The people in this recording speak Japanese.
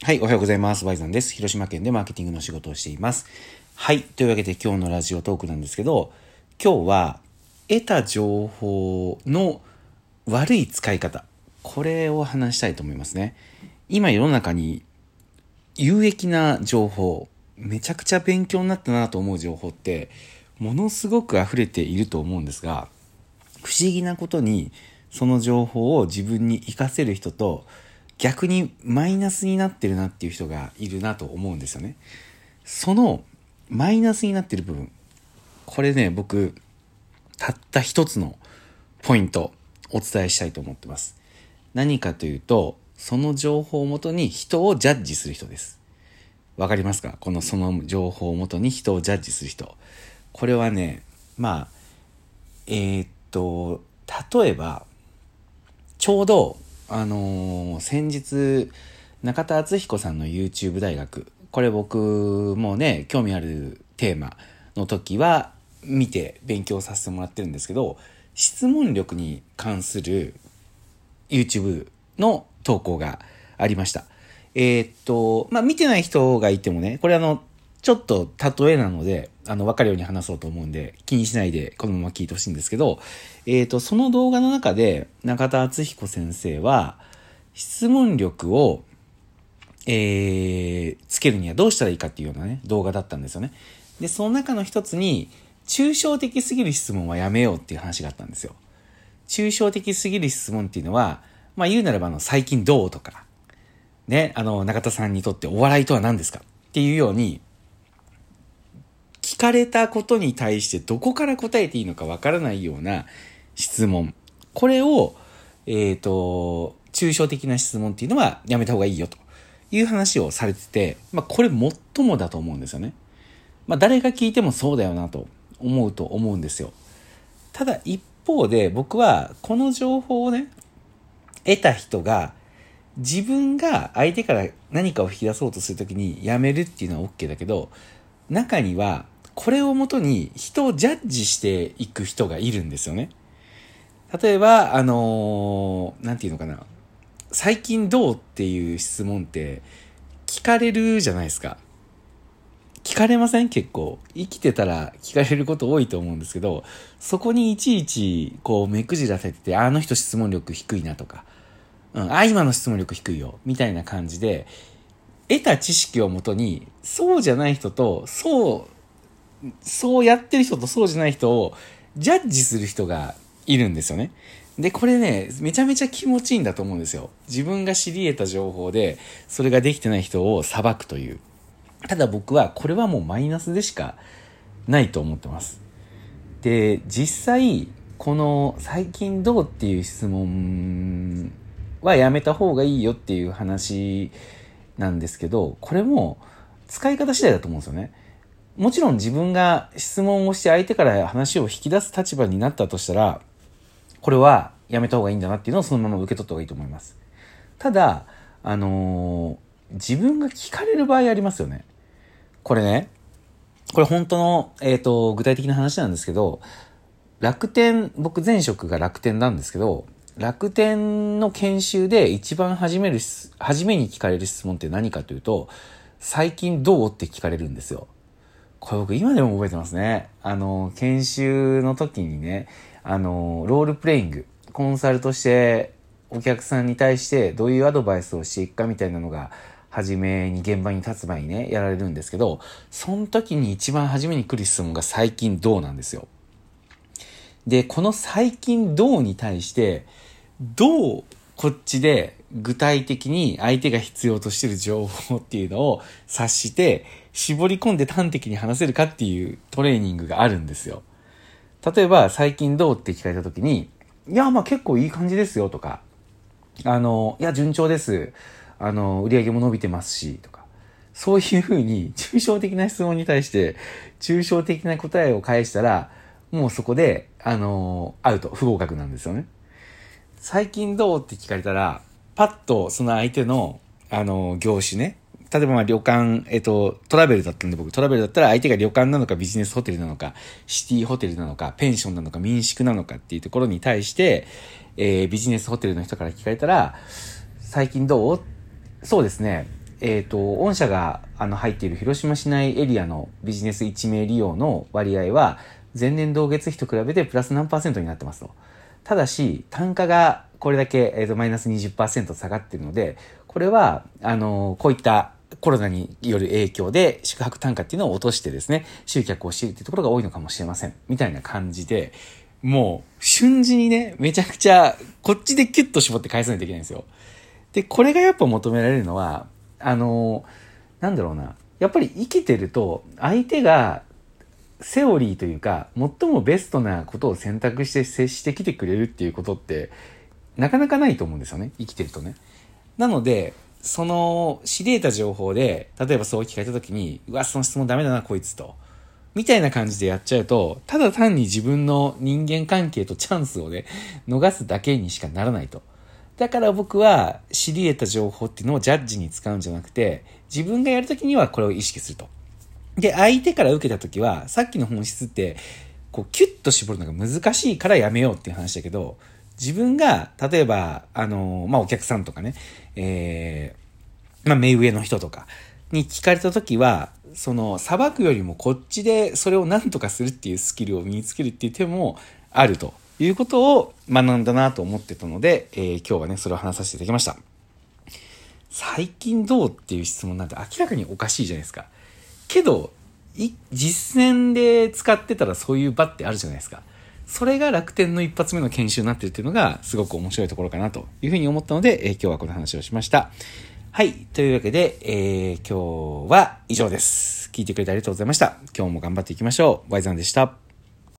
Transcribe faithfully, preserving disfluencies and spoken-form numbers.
はい、おはようございます。バイザンです。広島県でマーケティングの仕事をしています。はい、というわけで今日のラジオトークなんですけど、今日は得た情報の悪い使い方、これを話したいと思いますね。今世の中に有益な情報、めちゃくちゃ勉強になったなと思う情報ってものすごく溢れていると思うんですが、不思議なことにその情報を自分に活かせる人と逆にマイナスになってるなっていう人がいるなと思うんですよね。そのマイナスになってる部分、これね、僕たった一つのポイントお伝えしたいと思ってます。何かというと、その情報をもとに人をジャッジする人です。わかりますか？このその情報をもとに人をジャッジする人。これはね、まあえー、っと例えばちょうどあのー、先日中田敦彦さんの YouTube 大学、これ僕もね興味あるテーマの時は見て勉強させてもらってるんですけど、質問力に関する YouTube の投稿がありました。えー、っとまあ見てない人がいてもね、これあのちょっと例えなのであの分かるように話そうと思うんで気にしないでこのまま聞いてほしいんですけど、えーとその動画の中で中田敦彦先生は質問力を、えー、つけるにはどうしたらいいかっていうようなね動画だったんですよね。でその中の一つに抽象的すぎる質問はやめようっていう話があったんですよ。抽象的すぎる質問っていうのは、まあ言うならばあの最近どうとかね、あの中田さんにとってお笑いとは何ですかっていうように聞かれたことに対してどこから答えていいのかわからないような質問、これをえっと抽象的な質問っていうのはやめた方がいいよという話をされてて、まあこれ最もだと思うんですよね。まあ誰が聞いてもそうだよなと思うと思うんですよ。ただ一方で僕はこの情報をね得た人が自分が相手から何かを引き出そうとするときにやめるっていうのは OK だけど、中にはこれをもとに人をジャッジしていく人がいるんですよね。例えばあのー、なんていうのかな、最近どうっていう質問って聞かれるじゃないですか。聞かれません？結構生きてたら聞かれること多いと思うんですけど、そこにいちいちこう目くじらせてて、あの人質問力低いなとか、うん、あ今の質問力低いよみたいな感じで得た知識をもとにそうじゃない人とそうそうやってる人とそうじゃない人をジャッジする人がいるんですよね。でこれねめちゃめちゃ気持ちいいんだと思うんですよ。自分が知り得た情報でそれができてない人を裁くという。ただ僕はこれはもうマイナスでしかないと思ってます。で実際この最近どうっていう質問はやめた方がいいよっていう話なんですけど、これも使い方次第だと思うんですよね。もちろん自分が質問をして相手から話を引き出す立場になったとしたら、これはやめた方がいいんだなっていうのをそのまま受け取った方がいいと思います。ただあのー、自分が聞かれる場合ありますよね。これね、これ本当の、えーと、具体的な話なんですけど、楽天、僕前職が楽天なんですけど、楽天の研修で一番初める、初めに聞かれる質問って何かというと、最近どうって聞かれるんですよ。これ僕今でも覚えてますね。あの、研修の時にね、あの、ロールプレイング、コンサルとしてお客さんに対してどういうアドバイスをしていくかみたいなのが、初めに現場に立つ前にね、やられるんですけど、その時に一番初めに来る質問が最近どうなんですよ。で、この最近どうに対して、どうこっちで具体的に相手が必要としている情報っていうのを察して絞り込んで端的に話せるかっていうトレーニングがあるんですよ。例えば最近どうって聞かれた時に、いやまあ結構いい感じですよとか、あのいや順調です、あの売り上げも伸びてますしとか、そういうふうに抽象的な質問に対して抽象的な答えを返したら、もうそこであのアウト、不合格なんですよね。最近どうって聞かれたら、パッとその相手のあの業種ね、例えばまあ旅館、えっとトラベルだったんで、僕トラベルだったら相手が旅館なのかビジネスホテルなのかシティホテルなのかペンションなのか民宿なのかっていうところに対して、えー、ビジネスホテルの人から聞かれたら、最近どう？そうですね、 えっと、御社があの入っている広島市内エリアのビジネスいち名利用の割合は、前年同月比と比べてプラス何パーセントになってますと。ただし、単価がこれだけ、えーと、マイナス にじゅっパーセント 下がっているので、これは、あの、こういったコロナによる影響で宿泊単価っていうのを落としてですね、集客をしているっていうところが多いのかもしれません。みたいな感じで、もう、瞬時にね、めちゃくちゃ、こっちでキュッと絞って返さないといけないんですよ。で、これがやっぱ求められるのは、あの、なんだろうな。やっぱり生きてると、相手が、セオリーというか、最もベストなことを選択して接してきてくれるっていうことって、なかなかないと思うんですよね。生きてるとね。なので、その、知り得た情報で、例えばそう聞かれたときに、うわ、その質問ダメだな、こいつと。みたいな感じでやっちゃうと、ただ単に自分の人間関係とチャンスをね、逃すだけにしかならないと。だから僕は、知り得た情報っていうのをジャッジに使うんじゃなくて、自分がやるときにはこれを意識すると。で、相手から受けたときは、さっきの本質って、こう、キュッと絞るのが難しいからやめようっていう話だけど、自分が、例えば、あの、まあ、お客さんとかね、えー、まあ、目上の人とかに聞かれたときは、その、裁くよりもこっちでそれを何とかするっていうスキルを身につけるっていう手もあるということを学んだなと思ってたので、えー、今日はね、それを話させていただきました。最近どうっていう質問なんて明らかにおかしいじゃないですか。けど、実践で使ってたらそういう場ってあるじゃないですか。それが楽天の一発目の研修になってるっていうのがすごく面白いところかなというふうに思ったので、えー、今日はこの話をしました。はい。というわけで、えー、今日は以上です。聞いてくれてありがとうございました。今日も頑張っていきましょう。ワイザンでした。